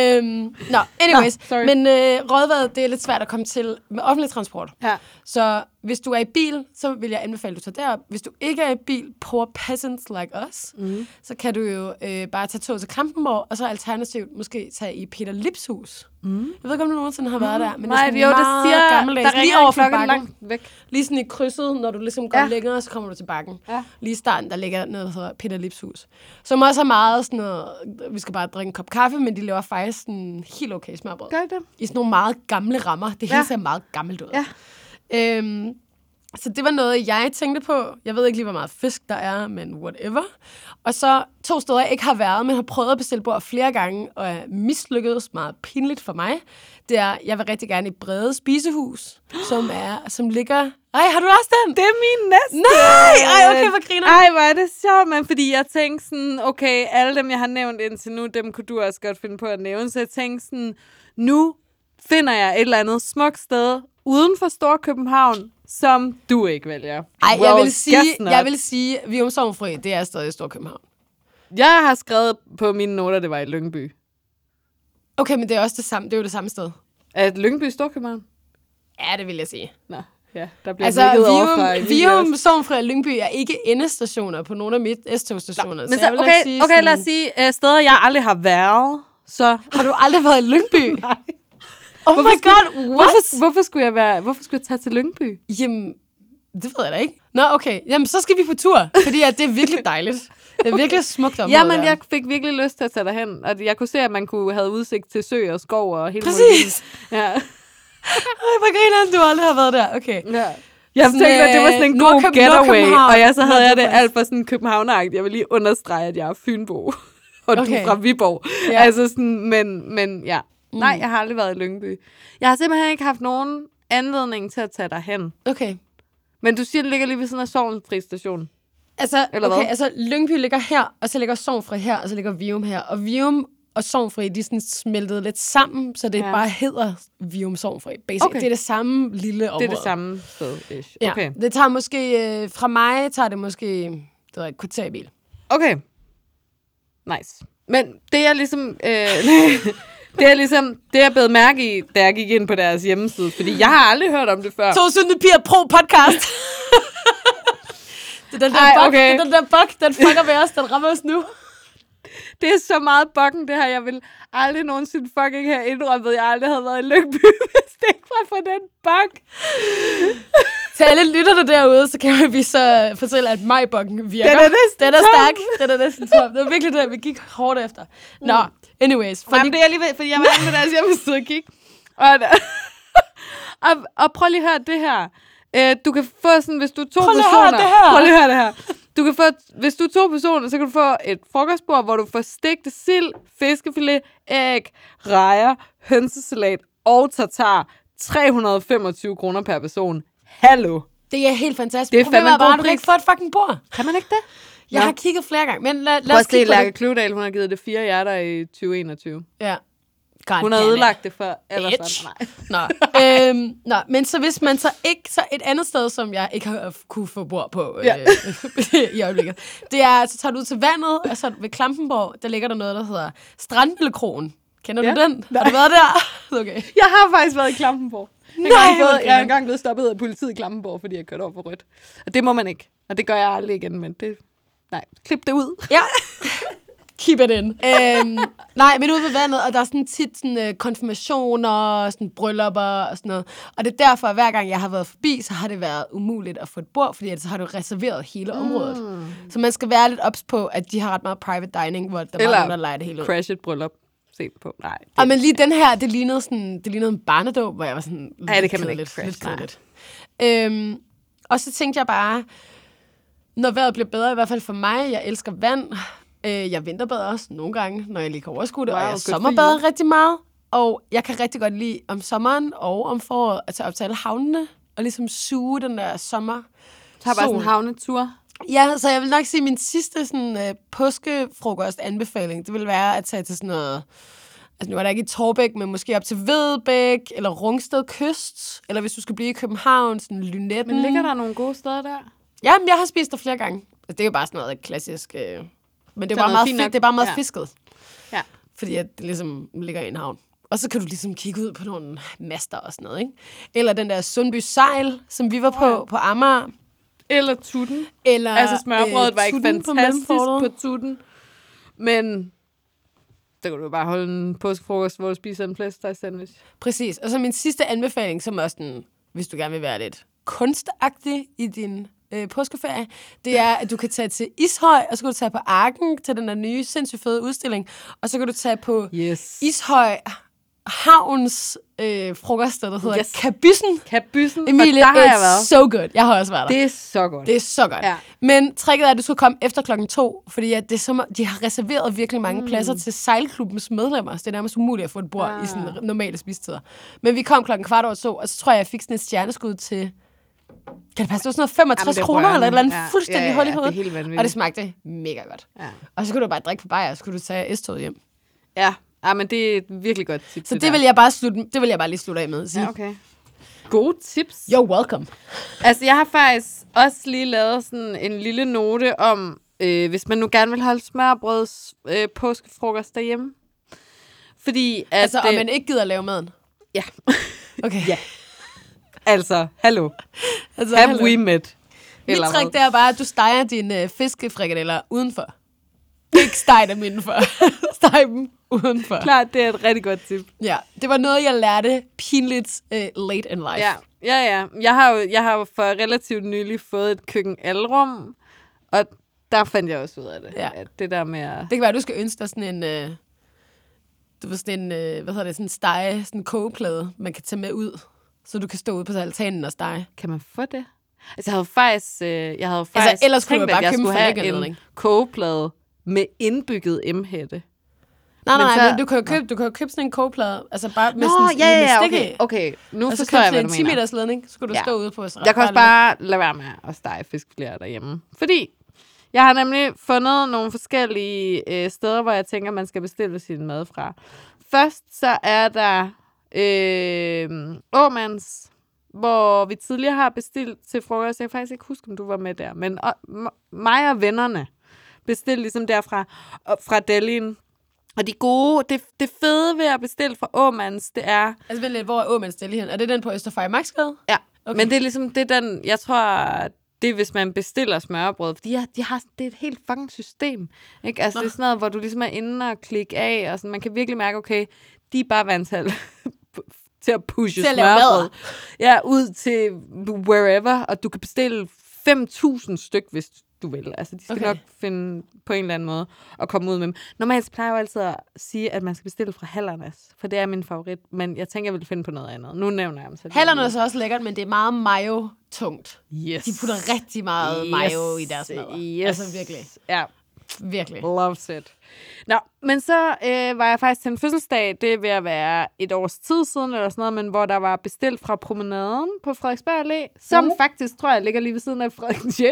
Anyways. Men Rødvad, det er lidt svært at komme til med offentlig transport. Ja. Så hvis du er i bil, så vil jeg anbefale, at du tager derop. Hvis du ikke er i bil, poor peasants like us, så kan du jo bare tage tog til Klampenborg, og så alternativt måske tage i Peter Lips hus. Jeg ved ikke, om du nogensinde har været der, men nej, det er meget gammeldags. Der lige over for bakken. Langt væk. Lige sådan i krydset, når du ligesom går længere, så kommer du til bakken. Ja. Lige i starten, der ligger noget, der hedder Peter Lips hus. Som også er meget sådan noget, vi skal bare drikke en kop kaffe, men de laver faktisk sådan helt okay smørbrød. Gør det? I sådan nogle meget gamle rammer. Det hele ser meget gammelt ud. Ja. Så det var noget, jeg tænkte på. Jeg ved ikke lige, hvor meget fisk der er, men whatever. Og så 2 steder, jeg ikke har været, men har prøvet at bestille bord flere gange, og er mislykkedes meget pinligt for mig. Det er, jeg vil rigtig gerne i Brede Spisehus, som ligger... Ej, har du også den? Det er min næste. Nej! Ej, okay, hvor griner. Ej, hvor er det sjovt, man. Fordi jeg tænkte sådan, okay, alle dem, jeg har nævnt indtil nu, dem kunne du også godt finde på at nævne. Så jeg tænkte sådan, nu finder jeg et eller andet smukt sted uden for Storkøbenhavn, som du ikke vælger. Ej, jeg vil sige, Vium Sovnfri, det er stadig i Storkøbenhavn. Jeg har skrevet på mine noter, det var i Lyngby. Okay, men det er også det samme. Det er jo det samme sted. Er Lyngby i Storkøbenhavn? Ja, det vil jeg sige. Nå, ja, der bliver altså, Vium Sovnfri og Lyngby er ikke endestationer på nogle af mit S-togstationer. Men så, okay, lad os sige steder, jeg aldrig har været. Så har du aldrig været i Lyngby? Nej. Oh my god, what? Hvorfor skulle jeg tage til Lyngby? Jamen, det ved jeg da ikke. Nå, okay. Jamen, så skal vi på tur, fordi det er virkelig dejligt. Det er virkelig smukt område. Jamen, jeg fik virkelig lyst til at tage derhen. Og jeg kunne se, at man kunne have udsigt til sø og skov og hele præcis. Ja. Ej, hvor griner du aldrig har været der. Okay. Ja. Jeg tænkte, at det var sådan en god getaway, og så havde jeg det alt for sådan københavneragtigt. Jeg vil lige understrege, at jeg er fynbo, og du er fra Viborg. Ja. Altså sådan, men ja. Nej, jeg har aldrig været i Lyngby. Jeg har simpelthen ikke haft nogen anledning til at tage derhen. Okay. Men du siger, det ligger lige ved siden af Sovnfri station. Altså, Lyngby ligger her, og så ligger Sovnfri her, og så ligger Vium her. Og Vium og Sovnfri, de er sådan smeltet lidt sammen, så det bare hedder Vium Sovnfri. Okay. Det er det samme lille område. Det er det samme sted. Okay. Ja, det tager måske, fra mig tager det måske, det er et kvarter i bil. Okay. Nice. Men det er ligesom... Det jeg blev mærke i, da jeg gik ind på deres hjemmeside, fordi jeg har aldrig hørt om det før. 2 Syndige Piger Pro podcast. Det er den der bug, den fucker ved os, den rammer os nu. Det er så meget buggen, det her. Jeg vil aldrig nogensinde fucking have indrømmet, at jeg aldrig havde været i Lyngby, hvis det ikke var for den bug. Til alle lytterne derude, så kan vi så fortælle, at mig-buggen virker. Den er stærk. Den er næsten tom. Det var virkelig det, vi gik hårdt efter. Nå, anyways. Fordi jeg var inde på deres hjemmeside og kigge. Og prøv lige at høre det her. Du kan få sådan, hvis du er 2 personer... Prøv lige at høre det her. Du kan få, hvis du er 2 personer, så kan du få et frokostbord, hvor du får stegte sild, fiskefilet, æg, rejer, hønsesalat og tartar. 325 kroner per person. Hallo. Det er helt fantastisk. Det er fandme en god du kan ikke få et fucking bord. Kan man ikke det? Jeg har kigget flere gange, men lad os kigge på det. Lærke Kløvedal, hun har givet det 4 hjerter i 2021. Ja. Hun har ødelagt det for ellers. Nå, men så hvis man så ikke, så et andet sted, som jeg ikke har kunne få bord på i øjeblikket, det er, så tager du ud til vandet, altså ved Klampenborg, der ligger der noget, der hedder Strandbillekroen. Kender du den? Har du været der? Okay. Jeg har faktisk været i Klampenborg. Jeg er engang blevet stoppet af politiet i Klampenborg, fordi jeg kørte over for rødt. Og det må man ikke. Og det gør jeg aldrig igen, men det... Nej, klip det ud. Ja. Keep it in. Nej, men ude ved vandet, og der er sådan tit sådan, konfirmationer og sådan bryllupper og sådan noget. Og det er derfor, at hver gang jeg har været forbi, så har det været umuligt at få et bord, fordi så har du reserveret hele området. Så man skal være lidt ops på, at de har ret meget private dining, hvor der var nogen, der leger det hele ud. Crash et bryllup. Se på. Nej. Og men lige den her, det lignede en barnedåb, hvor jeg var sådan det kan man ikke lidt kedeligt. Og så tænkte jeg bare, når vejret bliver bedre, i hvert fald for mig, jeg elsker vand. Jeg vinterbader også nogle gange, når jeg lige kan overskue det, og jeg sommerbader rigtig meget. Og jeg kan rigtig godt lide om sommeren og om foråret at tage op til alle havnene, og ligesom suge den der sommer. Tager bare sådan en havnetur. Ja, så jeg vil nok sige, at min sidste sådan, påskefrokost-anbefaling, det vil være at tage til sådan noget... Altså nu er der ikke i Torbæk, men måske op til Vedbæk, eller Rungsted Kyst, eller hvis du skal blive i København, sådan Lynetten. Men ligger der nogle gode steder der? Ja, men jeg har spist der flere gange. Altså, det er jo bare sådan noget klassisk... Men det er bare meget, det er bare meget fisket. Ja. Fordi at det ligesom ligger i en havn. Og så kan du ligesom kigge ud på nogle master og sådan noget, ikke? Eller den der Sundby Sejl, som vi var på Amager. Eller Tutten. Eller altså smørbrødet var ikke fantastisk på Tutten. Men der kan du bare holde en påskefrokost, hvor du spiser en flæskesteg-sandwich. Præcis. Og så min sidste anbefaling, som også den, hvis du gerne vil være lidt kunstagtig i din påskeferie, det er, at du kan tage til Ishøj, og så kan du tage på Arken til den der nye, sindssygt fede udstilling, og så kan du tage på Ishøj Havns frokoster, der hedder Kabyssen. Emilie, og der har jeg været. So good. Jeg har også været der. Det er så godt. Det er så godt. Ja. Men tricket er, at du skal komme efter 2:00, fordi at det er som, de har reserveret virkelig mange pladser til sejlklubbens medlemmer, så det er nærmest umuligt at få et bord i sådan normale spisetider. Men vi kom 2:15, og så tror jeg fik sådan et stjerneskud til... Kan det passe, det var sådan noget 65 kroner eller et eller andet fuldstændig hul i hovedet? Det er helt vanvittigt. Og det smagte mega godt. Ja. Og så kunne du bare drikke på bajer, og så kunne du tage S-toget hjem. Ja, men det er et virkelig godt tip. Så det vil jeg bare lige slutte af med at sige. Ja, okay. Gode tips. You're welcome. Altså, jeg har faktisk også lige lavet sådan en lille note om, hvis man nu gerne vil holde smørbrøds påskefrokost derhjemme. Fordi at... Altså, om man ikke gider lave maden? Ja. Okay. Ja. Altså, hallo. Have we met? Mit trick, det er bare, at du steger dine fiskefrikadeller udenfor. Ikke steg dem indenfor. Steg dem udenfor. Klart, det er et rigtig godt tip. Ja, det var noget, jeg lærte pinligt late in life. Ja. Jeg har jo for relativt nylig fået et køkkenalrum, og der fandt jeg også ud af det. Ja. At det der med at... Det kan være, at du skal ønske dig sådan en... Du ved sådan en, hvad hedder det, sådan en stege, sådan en kogeplade, man kan tage med ud, så du kan stå ude på altanen og stege. Kan man få det? Altså, jeg havde faktisk altså, ellers tænkt, bare at jeg skulle have en kogeplade med indbygget M-hætte. Nej, men du kan jo købe sådan en kogeplade, altså bare med sådan en stik. Okay. Nu forstår jeg, hvad du mener. 10 meters ledning, så skulle du stå ude på. Jeg kan også bare lade være med at stege fiskfiléer derhjemme. Fordi jeg har nemlig fundet nogle forskellige steder, hvor jeg tænker, man skal bestille sin mad fra. Først så er der Åmans, hvor vi tidligere har bestilt til frokost. Jeg kan faktisk ikke huske, om du var med der. Men mig og vennerne bestilte ligesom derfra, fra Delien. Og de gode, det fede ved at bestille fra Åmans, det er... Altså vent lidt, hvor er Åmans Deli hen? Er det den på Østerfejl Maxgade? Ja, okay. Men det er ligesom, det er den, jeg tror, det er, hvis man bestiller smørbrød. Fordi det er et helt fucking system. Ikke? Altså det er sådan noget, hvor du ligesom er inde og klikke af, og sådan, man kan virkelig mærke, okay, de er bare vant til at pushe smørbrød. Ja, ud til wherever, og du kan bestille 5.000 styk, hvis du vil. Altså, de skal nok finde på en eller anden måde at komme ud med dem. Normalt plejer jeg altid at sige, at man skal bestille fra Hallernes, for det er min favorit, men jeg tænker, jeg vil finde på noget andet. Nu nævner jeg dem selv. Hallernes er også lækkert, men det er meget mayo-tungt. Yes. De putter rigtig meget mayo i deres mad. Yes. Altså virkelig. Ja. Virkelig. Loves it. Nå, men så var jeg faktisk til en fødselsdag, det er ved at være et års tid siden, eller sådan noget, men hvor der var bestilt fra promenaden på Frederiksberg Allé, som faktisk, tror jeg, ligger lige ved siden af Frederik 6.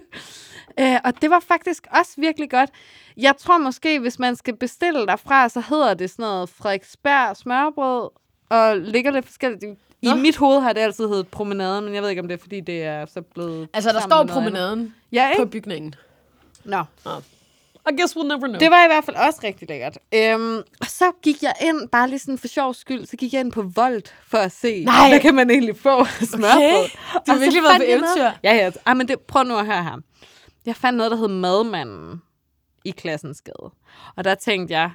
Og det var faktisk også virkelig godt. Jeg tror måske, hvis man skal bestille derfra, så hedder det sådan noget Frederiksberg smørbrød, og ligger lidt forskelligt. I mit hoved har det altid heddet promenaden, men jeg ved ikke, om det er, fordi det er så blevet... Altså, der står promenaden på bygningen. Nå. I guess we'll never know. Det var i hvert fald også rigtig lækkert. Og så gik jeg ind, bare lige sådan for sjov skyld, så gik jeg ind på Volt for at se, hvad kan man egentlig få smørbrød. Okay. Du har virkelig været på eventyr. Ja. Men prøv nu at høre her. Jeg fandt noget, der hed Madmanden i Klassensgade. Og der tænkte jeg,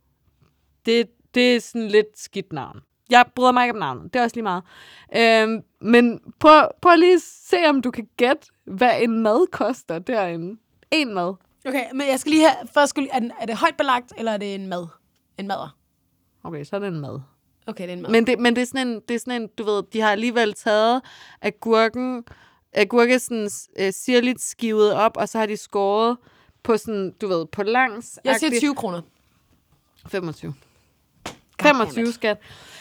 det er sådan lidt skidt navn. Jeg bryder mig ikke om navnet. Det er også lige meget. Men prøv lige at se, om du kan gætte, hvad en mad koster derinde. En mad. Okay, men jeg skal lige have... Først er det højt belagt, eller er det en mad? En madder? Okay, så er det en mad. Okay, det er en mad. Men det er sådan en, du ved, de har alligevel taget agurke sådan sirligt skivet op, og så har de skåret på sådan, du ved, på langs. Jeg siger 20 kroner. 25. 25, skat.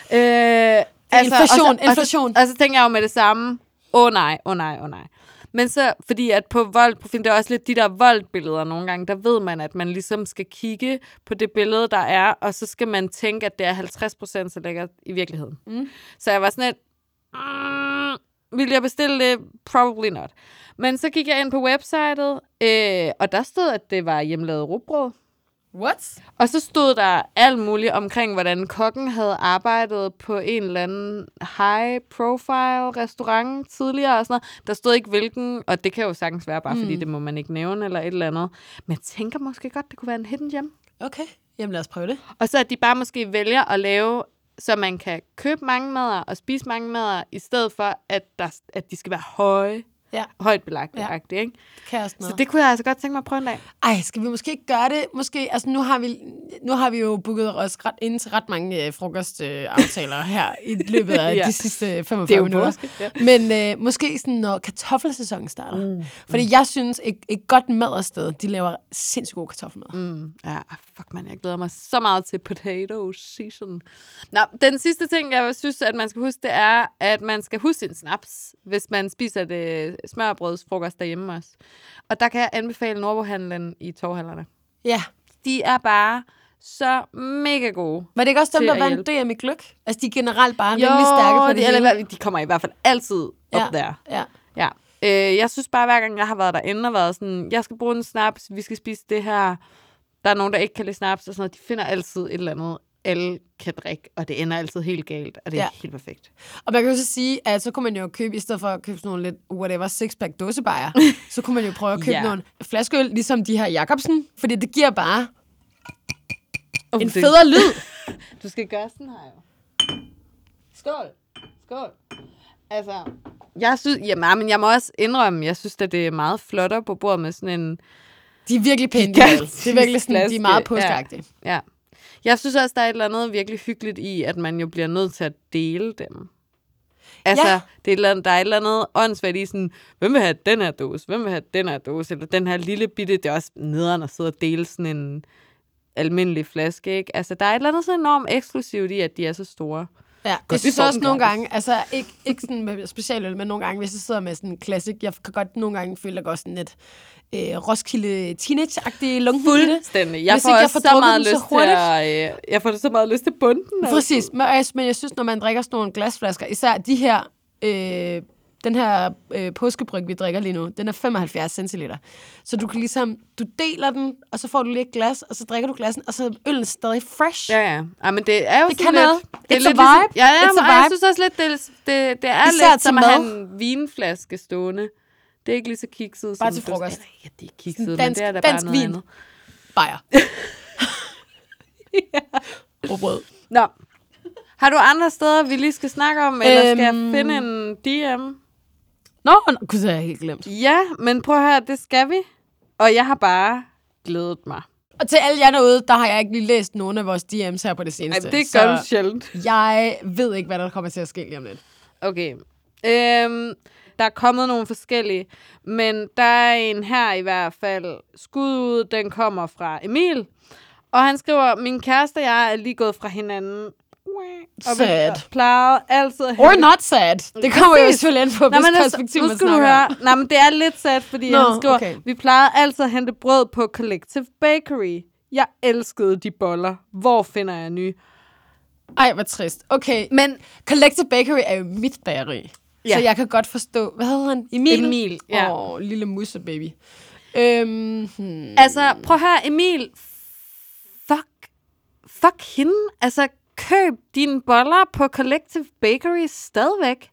Inflation. Og så tænker jeg jo med det samme, åh nej. Men så, fordi at på Volt-profilen, det er også lidt de der Volt-billeder nogle gange, der ved man, at man ligesom skal kigge på det billede, der er, og så skal man tænke, at det er 50% så lækkert i virkeligheden. Så jeg var sådan lidt, vil jeg bestille det? Probably not. Men så gik jeg ind på websitet, og der stod, at det var hjemmelavet rugbrød. What? Og så stod der alt muligt omkring, hvordan kokken havde arbejdet på en eller anden high-profile restaurant tidligere og sådan noget. Der stod ikke hvilken, og det kan jo sagtens være bare, fordi det må man ikke nævne eller et eller andet. Men jeg tænker måske godt, det kunne være en hidden gem. Okay, jamen lad os prøve det. Og så at de bare måske vælger at lave, så man kan købe mange madder og spise mange madder, i stedet for, at de skal være høje. Ja. Højt belagt, ikke? Så det kunne jeg altså godt tænke mig at prøve en dag. Ej, skal vi måske ikke gøre det? Måske, altså nu har vi jo booket os ind til ret mange frokostaftaler her i løbet af de sidste 45 minutter. Men måske sådan, når kartoffelsæsonen starter. Fordi jeg synes, et godt madersted, de laver sindssygt god kartoffelmad. Ja, fuck man, jeg glæder mig så meget til potato season. Nå, den sidste ting, jeg synes, at man skal huske, det er, at man skal huske sin snaps, hvis man spiser det smørbrødsfrokost derhjemme også. Og der kan jeg anbefale Nordbohandlen i Torvhallerne. Ja. De er bare så mega gode. Men det er ikke også dem, der vandt DM i gløk? Altså, de er generelt bare rimelig stærke på det hele. De kommer i hvert fald altid op der. Ja. Jeg synes bare, hver gang jeg har været derinde og været sådan, jeg skal bruge en snaps, vi skal spise det her. Der er nogen, der ikke kan lide snaps, og sådan noget. De finder altid et eller andet, alle kan drikke, og det ender altid helt galt, og det er helt perfekt. Og man kan jo så sige, at så kunne man jo købe, i stedet for at købe sådan nogle lidt, whatever, 6-pack dåsebajer, så kunne man jo prøve at købe nogle flaskeøl, ligesom de her Jacobsen, fordi det giver bare en federe lyd. Du skal gøre sådan her jo. Skål. Skål. Altså, jeg synes, men jeg må også indrømme, jeg synes, at det er meget flottere på bordet med sådan en... De er virkelig pæne. Det er virkelig sådan, de er meget påskeagtige. Ja. Jeg synes også, der er et eller andet virkelig hyggeligt i, at man jo bliver nødt til at dele dem. Altså, der er et eller andet åndsvært i sådan, hvem vil have den her dåse? Hvem vil have den her dåse? Eller den her lille bitte, det er også nederen at sidde og dele sådan en almindelig flaske, ikke? Altså, der er et eller andet så enormt eksklusivt i, at de er så store. Ja, jeg synes også nogle gange, altså ikke sådan med specialøl, men nogle gange, hvis jeg sidder med sådan en classic, jeg kan godt nogle gange føle, at der går sådan lidt Roskilde teenage-agtig lunken i det. Fuldstændig. Jeg får så meget lyst til bunden. Præcis, men jeg synes, når man drikker sådan nogle glasflasker, især de her, den her påskebryg, vi drikker lige nu, den er 75 centiliter. Så du kan ligesom, du deler den, og så får du lidt glas, og så drikker du glassen, og så er øllen stadig fresh. Ja, men det er jo det sådan kan lidt... Det er lidt vibe. Ja, men jeg synes også lidt, det er især lidt som at have en vinflaske stående. Det er ikke lige så kikset. Bare til frokost. Ja, det er kikset, men det er da bare noget andet. Bajer. Og brød. Nå. Har du andre steder, vi lige skal snakke om, eller skal jeg finde en DM? Nå, gud, det har jeg helt glemt. Ja, men prøv at høre, det skal vi. Og jeg har bare glædet mig. Og til alle jer derude, der har jeg ikke lige læst nogen af vores DM's her på det seneste. Ej, det gør du sjældent. Jeg ved ikke, hvad der kommer til at ske lige om lidt. Okay. Der er kommet nogle forskellige, men der er en her i hvert fald. Skud ud, den kommer fra Emil. Og han skriver, min kæreste og jeg er lige gået fra hinanden. Sad. Plejede altid at or not sad. Det kommer jo selvfølgelig ind på, hvis perspektiv man snakker. Nej, men det er lidt sad, fordi han skriver, vi plejede altid at hente brød på Collective Bakery. Jeg elskede de boller. Hvor finder jeg nye? Ej, hvor trist. Okay, men Collective Bakery er jo mit bageri. Ja. Så jeg kan godt forstå. Hvad hedder han? Emil. Ja. Lille musebaby. Altså, prøv at høre, Emil. Fuck hende. Altså, køb dine boller på Collective Bakery stadigvæk.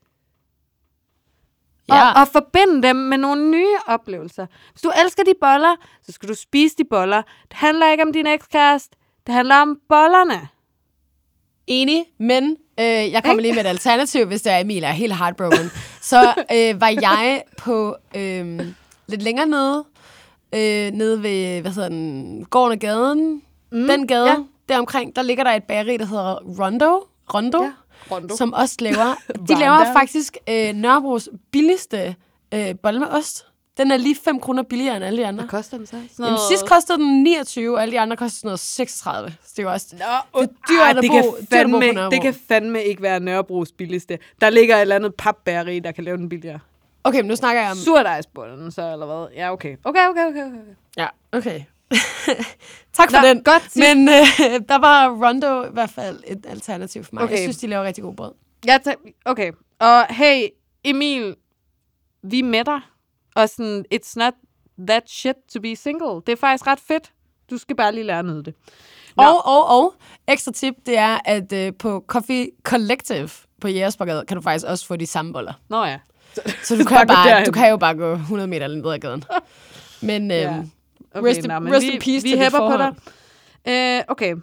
Ja. Og forbinde dem med nogle nye oplevelser. Hvis du elsker de boller, så skal du spise de boller. Det handler ikke om din ekskæreste. Det handler om bollerne. Enig, men jeg kommer lige med et alternativ, hvis der Emil er helt heartbroken. Så var jeg på lidt længere nede ved, hvad hedder den, gården og gaden. Den gade, deromkring, der ligger der et bageri, der hedder Rondo, som også laver, de laver faktisk Nørrebros billigste bolle med ost. Den er lige 5 kroner billigere end alle de andre. Hvad koster den så? Jamen, sidst kostede den 29, og alle de andre koster sådan noget 36. Så det er jo også det er dyrt at bo på Nørrebro. Det kan fandme ikke være Nørrebros billigste. Der ligger et eller andet papbageri, der kan lave den billigere. Okay, men nu snakker jeg om... Surdejsbollen så, eller hvad? Ja, okay. Okay. Ja, okay. Tak for den. Godt. Men der var Rondo i hvert fald et alternativ for mig. Okay. Jeg synes, de laver rigtig god brød. Ja, okay. Og hey, Emil, vi er med dig. Og sådan, it's not that shit to be single. Det er faktisk ret fedt. Du skal bare lige lære at nyde det. Og ekstra tip, det er, at på Coffee Collective på Jægersborgade, kan du faktisk også få de samme boller. Nå ja. Så du kan jo bare gå 100 meter ned ad gaden. Men, okay, rest in peace vi hæpper på dig. Okay.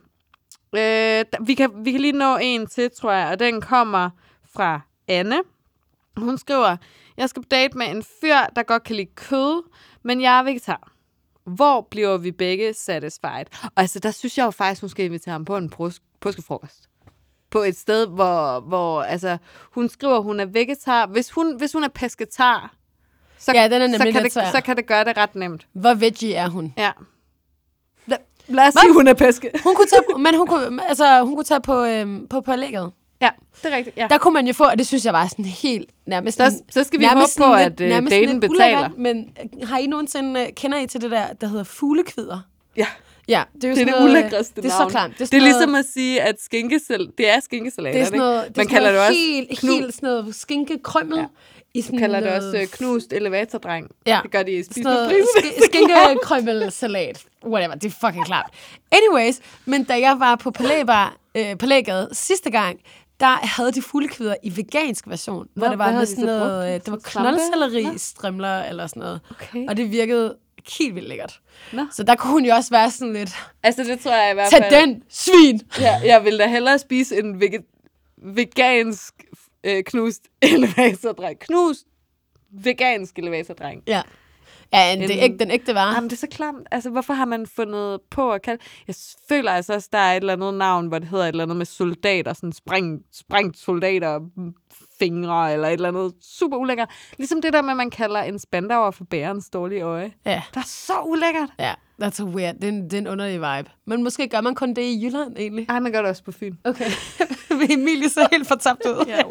Vi kan lige nå en til, tror jeg, og den kommer fra Anne. Hun skriver, jeg skal på date med en fyr, der godt kan lide kød, men jeg er vegetar. Hvor bliver vi begge satisfied? Og altså, der synes jeg jo faktisk, hun skal invitere ham på en påskefrokost. På et sted, hvor altså, hun skriver, hun er vegetar. Hvis hun er pesketar, så kan det gøre det ret nemt. Hvor veggie er hun? Ja. Lad os sige, hun er peske. Hun kunne tage på pålægget. Ja, det er rigtigt. Ja. Der kunne man jo få, og det synes jeg var sådan helt nærmest... Så skal vi håbe på, at daten betaler. Ulækkert, men har I nogensinde, kender I til det der hedder fuglekvider? Ja. Ja, det er jo det er det ulækreste navn. Det er så klamt. Det er ligesom at sige, at det er skinkesalat. Det er sådan noget, man kalder det også helt sådan noget skinkekrømmel. Ja. Du kalder det også knust elevatordreng. Ja. Det gør de i skinkekrømmelsalat. Whatever, det er fucking klart. Anyways, men da jeg var på Palægade sidste gang, der havde de fuglekvider i vegansk version, hvor det var sådan noget, det var knoldselleri, strimler eller sådan noget. Okay. Og det virkede helt vildt lækkert. Nå. Så der kunne hun jo også være sådan lidt... Altså, det tror jeg i hvert fald... Tag den, svin! Ja, jeg ville da hellere spise en vegansk knust elevatordreng. Knust vegansk elevatordreng. Ja. Ja, den ægte vare. Jamen, det er så klamt. Altså, hvorfor har man fundet på at kalde... Jeg føler altså også, der er et eller andet navn, hvor det hedder et eller andet med soldater, sådan sprængt soldater, fingre, eller et eller andet super ulækkert. Ligesom det der med, at man kalder en spandauer for bærens dårlige øje. Ja. Det er så ulækkert. Ja, that's so weird. Det er en underlig vibe. Men måske gør man kun det i Jylland, egentlig. Ej, man gør det også på Fyn. Okay. Emilie ser helt fortabt ud. Ja,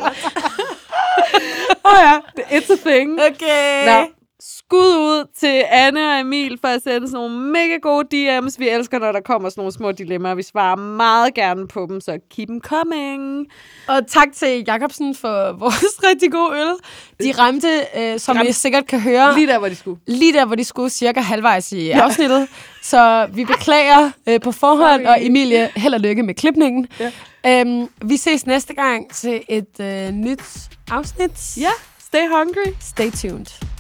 ja, it's a thing. Okay. Nå. Skud ud til Anne og Emil for at sende sådan nogle mega gode DM's. Vi elsker, når der kommer sådan nogle små dilemmaer. Vi svarer meget gerne på dem, så keep them coming. Og tak til Jacobsen for vores rigtig gode øl. De ramte, som I sikkert kan høre... Lige der, hvor de skulle. Lige der, hvor de skulle, cirka halvvejs i afsnittet. Så vi beklager på forhånd, og Emilie, held og lykke med klipningen. Ja. Vi ses næste gang til et nyt afsnit. Ja, stay hungry. Stay tuned.